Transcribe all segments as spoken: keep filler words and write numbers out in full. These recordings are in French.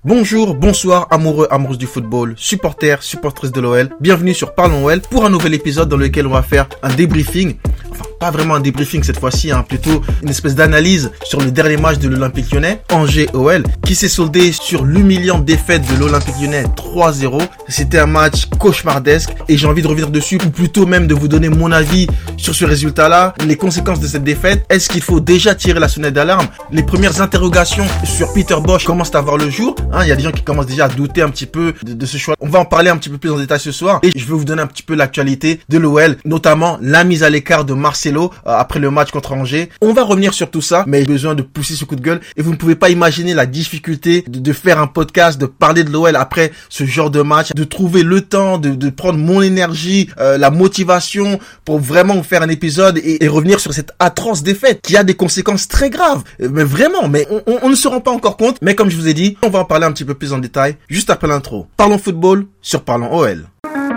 Bonjour, bonsoir, amoureux, amoureuses du football, supporters, supportrices de l'O L. Bienvenue sur Parlons O L pour un nouvel épisode dans lequel on va faire un débriefing. Enfin, pas vraiment un débriefing cette fois-ci, hein, plutôt une espèce d'analyse sur le dernier match de l'Olympique Lyonnais, Angers-O L, qui s'est soldé sur l'humiliante défaite de l'Olympique Lyonnais trois zéro. C'était un match cauchemardesque et j'ai envie de revenir dessus, ou plutôt même de vous donner mon avis sur ce résultat-là, les conséquences de cette défaite. Est-ce qu'il faut déjà tirer la sonnette d'alarme? Les premières interrogations sur Peter Bosz commencent à voir le jour. Hein, il y a des gens qui commencent déjà à douter un petit peu de, de ce choix. On va en parler un petit peu plus en détail ce soir et je vais vous donner un petit peu l'actualité de l'O L, notamment la mise à l'écart de Marcelo euh, après le match contre Angers. On va revenir sur tout ça, mais j'ai besoin de pousser ce coup de gueule et vous ne pouvez pas imaginer la difficulté de, de faire un podcast, de parler de l'O L après ce genre de match, de trouver le temps, de, de prendre mon énergie, euh, la motivation pour vraiment vous faire un épisode et, et revenir sur cette atroce défaite qui a des conséquences très graves. Mais vraiment, mais on, on, on ne se rend pas encore compte. Mais comme je vous ai dit, on va en parler un petit peu plus en détail juste après l'intro. Parlons football sur Parlons O L.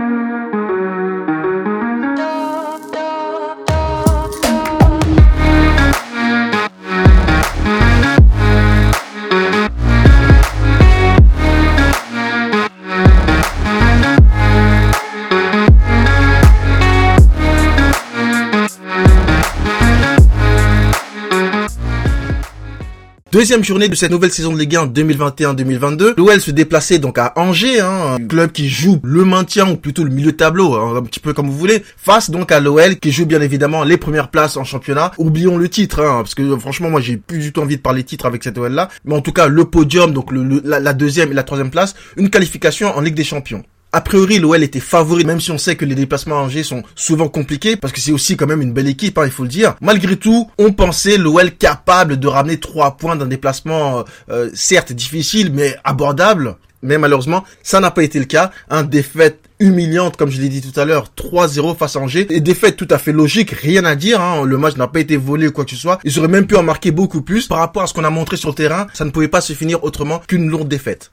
Deuxième journée de cette nouvelle saison de Ligue un deux mille vingt et un deux mille vingt-deux. L'O L se déplaçait donc à Angers, hein, un club qui joue le maintien ou plutôt le milieu de tableau, hein, un petit peu comme vous voulez, face donc à l'O L qui joue bien évidemment les premières places en championnat. Oublions le titre, hein, parce que franchement moi j'ai plus du tout envie de parler titre avec cette O L là, mais en tout cas le podium, donc le, le, la, la deuxième et la troisième place, une qualification en Ligue des Champions. A priori, l'O L était favori, même si on sait que les déplacements à Angers sont souvent compliqués, parce que c'est aussi quand même une belle équipe, hein, il faut le dire. Malgré tout, on pensait l'O L capable de ramener trois points d'un déplacement, euh, certes difficile, mais abordable. Mais malheureusement, ça n'a pas été le cas. Un défaite humiliante, comme je l'ai dit tout à l'heure, trois zéro face à Angers. Et défaite tout à fait logique, rien à dire, hein. Le match n'a pas été volé ou quoi que ce soit. Ils auraient même pu en marquer beaucoup plus. Par rapport à ce qu'on a montré sur le terrain, ça ne pouvait pas se finir autrement qu'une lourde défaite.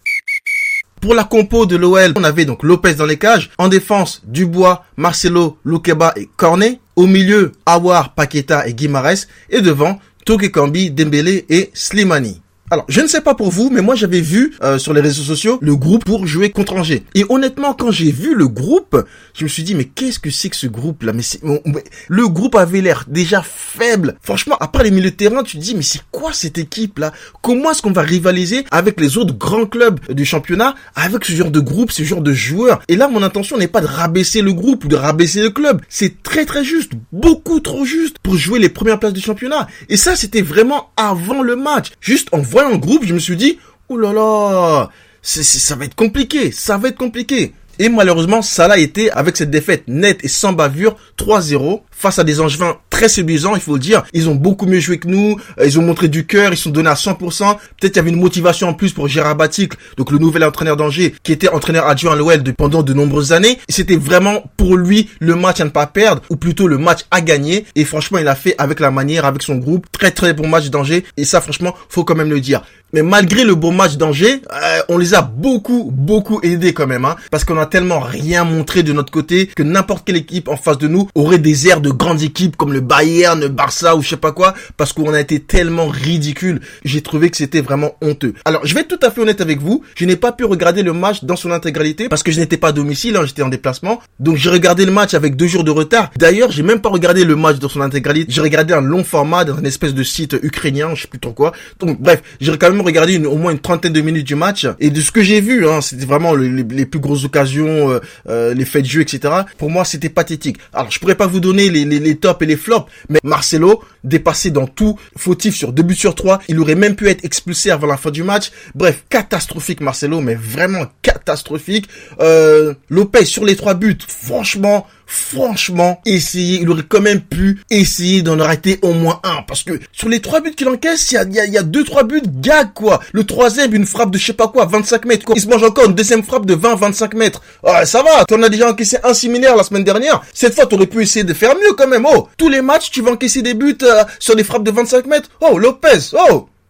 Pour la compo de l'O L, on avait donc Lopez dans les cages. En défense, Dubois, Marcelo, Loukeba et Cornet. Au milieu, Aouar, Paqueta et Guimarães. Et devant, Tokekambi, Dembélé et Slimani. Alors, je ne sais pas pour vous, mais moi j'avais vu euh, sur les réseaux sociaux le groupe pour jouer contre Angers. Et honnêtement, quand j'ai vu le groupe, je me suis dit mais qu'est-ce que c'est que ce groupe là? Mais c'est, on, on, le groupe avait l'air déjà faible. Franchement, après les milieux de terrain, tu te dis mais c'est quoi cette équipe là? Comment est-ce qu'on va rivaliser avec les autres grands clubs du championnat avec ce genre de groupe, ce genre de joueurs? Et là, mon intention n'est pas de rabaisser le groupe ou de rabaisser le club. C'est très très juste, beaucoup trop juste pour jouer les premières places du championnat. Et ça, c'était vraiment avant le match. Juste en voyant en groupe, je me suis dit, oh là là, c'est, c'est, ça va être compliqué, ça va être compliqué. Et malheureusement, ça l'a été avec cette défaite nette et sans bavure, trois zéro, face à des Angevins très séduisants, il faut le dire. Ils ont beaucoup mieux joué que nous, ils ont montré du cœur, ils se sont donnés à cent pour cent. Peut-être qu'il y avait une motivation en plus pour Gérard Baticle, donc le nouvel entraîneur d'Angers, qui était entraîneur adjoint à l'O L de, pendant de nombreuses années. Et c'était vraiment pour lui le match à ne pas perdre, ou plutôt le match à gagner. Et franchement, il a fait avec la manière, avec son groupe, très très bon match d'Angers. Et ça, franchement, faut quand même le dire. Mais malgré le bon match d'Angers, euh, on les a beaucoup, beaucoup aidés quand même, hein, parce qu'on a tellement rien montré de notre côté que n'importe quelle équipe en face de nous aurait des airs de grandes équipes comme le Bayern, le Barça ou je sais pas quoi, parce qu'on a été tellement ridicule. J'ai trouvé que c'était vraiment honteux. Alors, je vais être tout à fait honnête avec vous, je n'ai pas pu regarder le match dans son intégralité parce que je n'étais pas à domicile, hein, j'étais en déplacement. Donc j'ai regardé le match avec deux jours de retard. D'ailleurs, j'ai même pas regardé le match dans son intégralité. J'ai regardé un long format dans une espèce de site ukrainien, je sais plus trop quoi. Donc bref, j'ai quand même regardé une, au moins une trentaine de minutes du match et de ce que j'ai vu, hein, c'était vraiment le, les, les plus grosses occasions, euh, euh, les faits de jeu, et cetera. Pour moi, c'était pathétique. Alors, je pourrais pas vous donner les, les, les tops et les flops, mais Marcelo, dépassé dans tout, fautif sur deux buts sur trois, il aurait même pu être expulsé avant la fin du match. Bref, catastrophique Marcelo, mais vraiment catastrophique. Euh, Lopez sur les trois buts, franchement, franchement, essayer, il aurait quand même pu essayer d'en arrêter au moins un, parce que sur les trois buts qu'il encaisse, il y a, il y a, il y a deux, trois buts gag, quoi. Le troisième, une frappe de je sais pas quoi, vingt-cinq mètres, quoi. Il se mange encore une deuxième frappe de vingt, vingt-cinq mètres. Ah, ça va, t'en as déjà encaissé un similaire la semaine dernière. Cette fois, t'aurais pu essayer de faire mieux quand même, oh. Tous les matchs, tu vas encaisser des buts euh, sur des frappes de vingt-cinq mètres. Oh, Lopez, oh.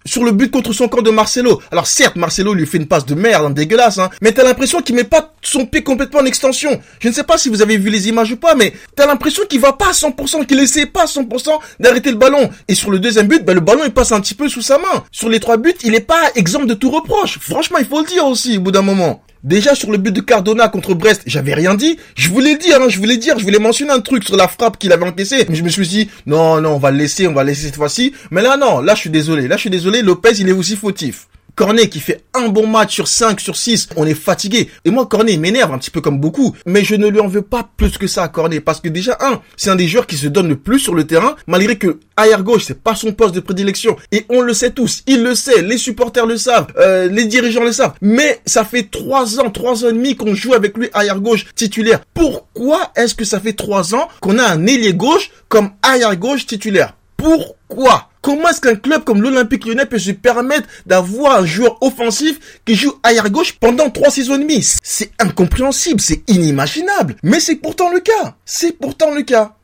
sur le but contre son camp de Marcelo. Alors certes, Marcelo lui fait une passe de merde, hein, dégueulasse, hein, mais t'as l'impression qu'il met pas son pied complètement en extension. Je ne sais pas si vous avez vu les images ou pas, mais t'as l'impression qu'il va pas à cent pour cent, qu'il essaie pas à cent pour cent d'arrêter le ballon. Et sur le deuxième but, bah, le ballon il passe un petit peu sous sa main. Sur les trois buts, il est pas exempt de tout reproche. Franchement, il faut le dire aussi, au bout d'un moment. Déjà, sur le but de Cardona contre Brest, j'avais rien dit. Je voulais le dire, hein, je voulais dire, je voulais mentionner un truc sur la frappe qu'il avait encaissée. Mais je me suis dit, non, non, on va le laisser, on va le laisser cette fois-ci. Mais là, non, là, je suis désolé. Là, je suis désolé, Lopez, il est aussi fautif. Cornet qui fait un bon match sur cinq, sur six, on est fatigué. Et moi, Cornet, il m'énerve un petit peu comme beaucoup. Mais je ne lui en veux pas plus que ça à Cornet. Parce que déjà, un, c'est un des joueurs qui se donne le plus sur le terrain, malgré que arrière gauche, c'est pas son poste de prédilection. Et on le sait tous. Il le sait. Les supporters le savent. Euh, les dirigeants le savent. Mais ça fait trois ans, trois ans et demi qu'on joue avec lui arrière gauche titulaire. Pourquoi est-ce que ça fait trois ans qu'on a un ailier gauche comme arrière gauche titulaire? Pourquoi? Comment est-ce qu'un club comme l'Olympique Lyonnais peut se permettre d'avoir un joueur offensif qui joue arrière gauche pendant trois saisons et demie? C'est incompréhensible, c'est inimaginable. Mais c'est pourtant le cas. C'est pourtant le cas.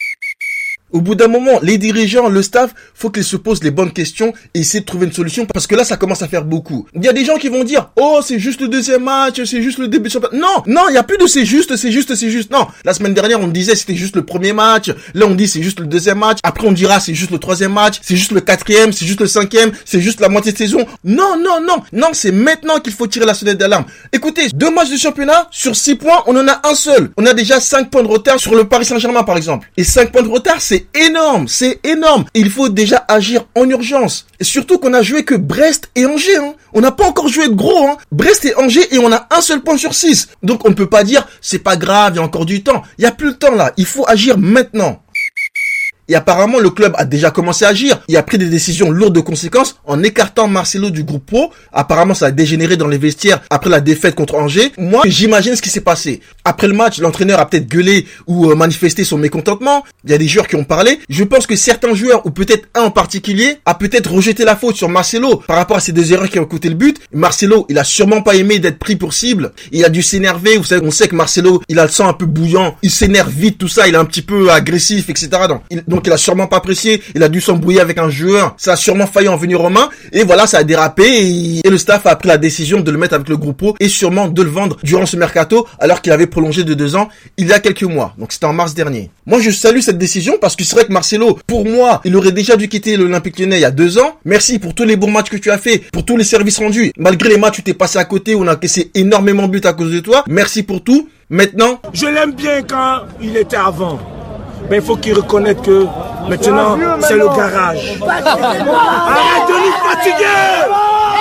Au bout d'un moment, les dirigeants, le staff, faut qu'ils se posent les bonnes questions et essaient de trouver une solution parce que là, ça commence à faire beaucoup. Il y a des gens qui vont dire, oh, c'est juste le deuxième match, c'est juste le début de championnat. Non, non, il y a plus de c'est juste, c'est juste, c'est juste. Non, la semaine dernière, on disait c'était juste le premier match. Là, on dit c'est juste le deuxième match. Après, on dira c'est juste le troisième match, c'est juste le quatrième, c'est juste le cinquième, c'est juste la moitié de saison. Non, non, non, non, c'est maintenant qu'il faut tirer la sonnette d'alarme. Écoutez, deux matchs de championnat, sur six points, on en a un seul. On a déjà cinq points de retard sur le Paris Saint-Germain, par exemple. Et cinq points de retard, c'est énorme, c'est énorme. Il faut déjà agir en urgence. Et surtout qu'on a joué que Brest et Angers, hein. On n'a pas encore joué de gros, hein. Brest et Angers et on a un seul point sur six. Donc on ne peut pas dire, c'est pas grave, il y a encore du temps. Il y a plus le temps là. Il faut agir maintenant. Et apparemment, le club a déjà commencé à agir. Il a pris des décisions lourdes de conséquences en écartant Marcelo du groupe pro. Apparemment, ça a dégénéré dans les vestiaires après la défaite contre Angers. Moi, j'imagine ce qui s'est passé. Après le match, l'entraîneur a peut-être gueulé ou euh, manifesté son mécontentement. Il y a des joueurs qui ont parlé. Je pense que certains joueurs, ou peut-être un en particulier, a peut-être rejeté la faute sur Marcelo par rapport à ces deux erreurs qui ont coûté le but. Marcelo, il a sûrement pas aimé d'être pris pour cible. Il a dû s'énerver. Vous savez, on sait que Marcelo, il a le sang un peu bouillant. Il s'énerve vite, tout ça. Il est un petit peu agressif, et cetera. Donc, il, donc il a sûrement pas apprécié, il a dû s'embrouiller avec un joueur, ça a sûrement failli en venir aux mains, et voilà, ça a dérapé, et, et le staff a pris la décision de le mettre avec le groupe pro, et sûrement de le vendre durant ce mercato, alors qu'il avait prolongé de deux ans, il y a quelques mois, donc c'était en mars dernier. Moi, je salue cette décision, parce que c'est vrai que Marcelo, pour moi, il aurait déjà dû quitter l'Olympique Lyonnais il y a deux ans. Merci pour tous les bons matchs que tu as fait, pour tous les services rendus, malgré les matchs où tu t'es passé à côté, où on a encaissé énormément de buts à cause de toi, merci pour tout. Maintenant, je l'aime bien quand il était avant. Mais il faut qu'il reconnaisse que maintenant, c'est le garage. Arrête de nous fatiguer!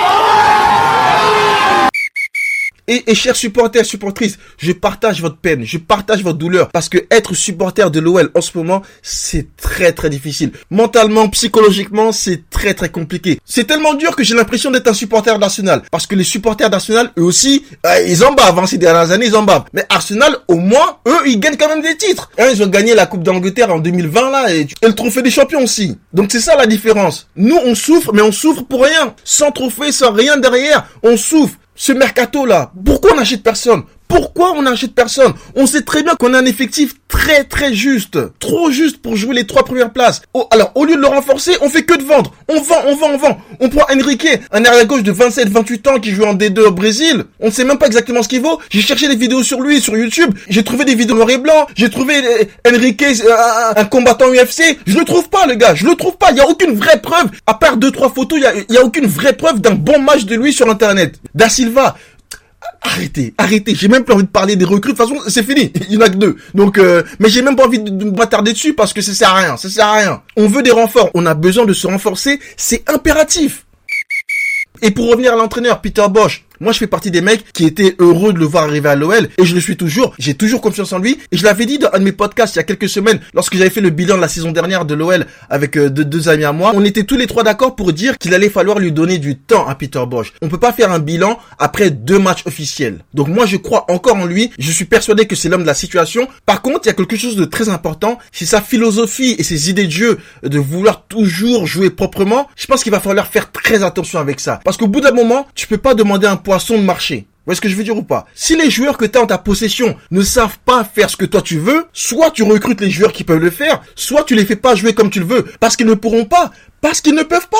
Et, et chers supporters, supportrices, je partage votre peine, je partage votre douleur, parce que être supporter de l'O L en ce moment, c'est très très difficile. Mentalement, psychologiquement, c'est très très compliqué. C'est tellement dur que j'ai l'impression d'être un supporter d'Arsenal, parce que les supporters d'Arsenal, eux aussi, euh, ils en bavent, hein, ces dernières années, ils en bavent. Mais Arsenal, au moins, eux, ils gagnent quand même des titres. Hein, ils ont gagné la Coupe d'Angleterre en deux mille vingt, là, et, et le trophée des champions aussi. Donc c'est ça la différence. Nous, on souffre, mais on souffre pour rien. Sans trophée, sans rien derrière, on souffre. Ce mercato-là, pourquoi on n'achète personne? Pourquoi on n'achète personne? On sait très bien qu'on a un effectif très très juste. Trop juste pour jouer les trois premières places. Oh, alors, au lieu de le renforcer, on fait que de vendre. On vend, on vend, on vend. On prend Enrique, un arrière gauche de vingt-sept vingt-huit ans qui joue en D deux au Brésil. On ne sait même pas exactement ce qu'il vaut. J'ai cherché des vidéos sur lui, sur YouTube. J'ai trouvé des vidéos noir et blanc. J'ai trouvé euh, Enrique, euh, un combattant U F C. Je le trouve pas, le gars. Je le trouve pas. Il y a aucune vraie preuve. À part deux, trois photos, il y a, il y a aucune vraie preuve d'un bon match de lui sur Internet. Da Silva. Arrêtez, arrêtez, j'ai même pas envie de parler des recrues, de toute façon, c'est fini, il y en a que deux. Donc, euh, mais j'ai même pas envie de, de m'attarder dessus parce que ça sert à rien, ça sert à rien. On veut des renforts, on a besoin de se renforcer, c'est impératif. Et pour revenir à l'entraîneur, Peter Bosz, moi je fais partie des mecs qui étaient heureux de le voir arriver à l'O L et je le suis toujours, j'ai toujours confiance en lui et je l'avais dit dans un de mes podcasts il y a quelques semaines lorsque j'avais fait le bilan de la saison dernière de l'O L avec euh, deux, deux amis à moi, on était tous les trois d'accord pour dire qu'il allait falloir lui donner du temps à Peter Bosz. On peut pas faire un bilan après deux matchs officiels. Donc moi je crois encore en lui, je suis persuadé que c'est l'homme de la situation. Par contre, il y a quelque chose de très important, c'est sa philosophie et ses idées de jeu de vouloir toujours jouer proprement. Je pense qu'il va falloir faire très attention avec ça. Parce qu'au bout d'un moment, tu peux pas demander un poisson de marché. Vous voyez ce que je veux dire ou pas? Si les joueurs que tu as en ta possession ne savent pas faire ce que toi tu veux, soit tu recrutes les joueurs qui peuvent le faire, soit tu les fais pas jouer comme tu le veux, parce qu'ils ne pourront pas, parce qu'ils ne peuvent pas.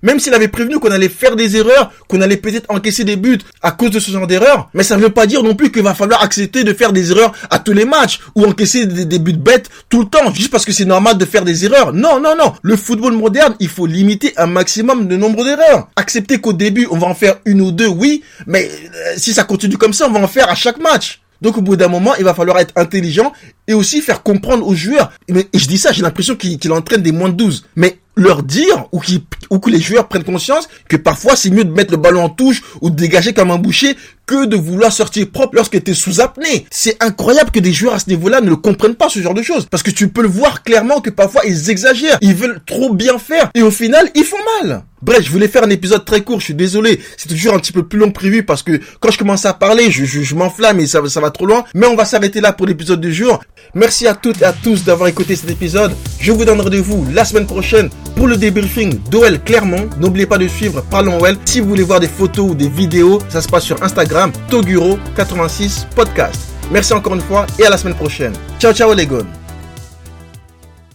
Même s'il avait prévenu qu'on allait faire des erreurs, qu'on allait peut-être encaisser des buts à cause de ce genre d'erreurs, mais ça ne veut pas dire non plus qu'il va falloir accepter de faire des erreurs à tous les matchs ou encaisser des, des buts bêtes tout le temps, juste parce que c'est normal de faire des erreurs. Non, non, non. Le football moderne, il faut limiter un maximum de nombre d'erreurs. Accepter qu'au début, on va en faire une ou deux, oui, mais euh, si ça continue comme ça, on va en faire à chaque match. Donc au bout d'un moment, il va falloir être intelligent et aussi faire comprendre aux joueurs. Et je dis ça, j'ai l'impression qu'il, qu'il entraîne des moins de douze. Mais leur dire, ou, qu'il, ou que les joueurs prennent conscience que parfois c'est mieux de mettre le ballon en touche ou de dégager comme un boucher que de vouloir sortir propre lorsque tu es sous apnée. C'est incroyable que des joueurs à ce niveau-là ne le comprennent pas, ce genre de choses. Parce que tu peux le voir clairement que parfois ils exagèrent, ils veulent trop bien faire et au final ils font mal. Bref, je voulais faire un épisode très court, je suis désolé, c'est toujours un petit peu plus long que prévu parce que quand je commence à parler, je, je, je m'enflamme et ça, ça va trop loin. Mais on va s'arrêter là pour l'épisode du jour. Merci à toutes et à tous d'avoir écouté cet épisode. Je vous donne rendez-vous la semaine prochaine pour le débriefing d'O L Clermont. N'oubliez pas de suivre Parlons O L. Si vous voulez voir des photos ou des vidéos, ça se passe sur Instagram, Toguro quatre-vingt-six podcast. Merci encore une fois et à la semaine prochaine. Ciao ciao les gars.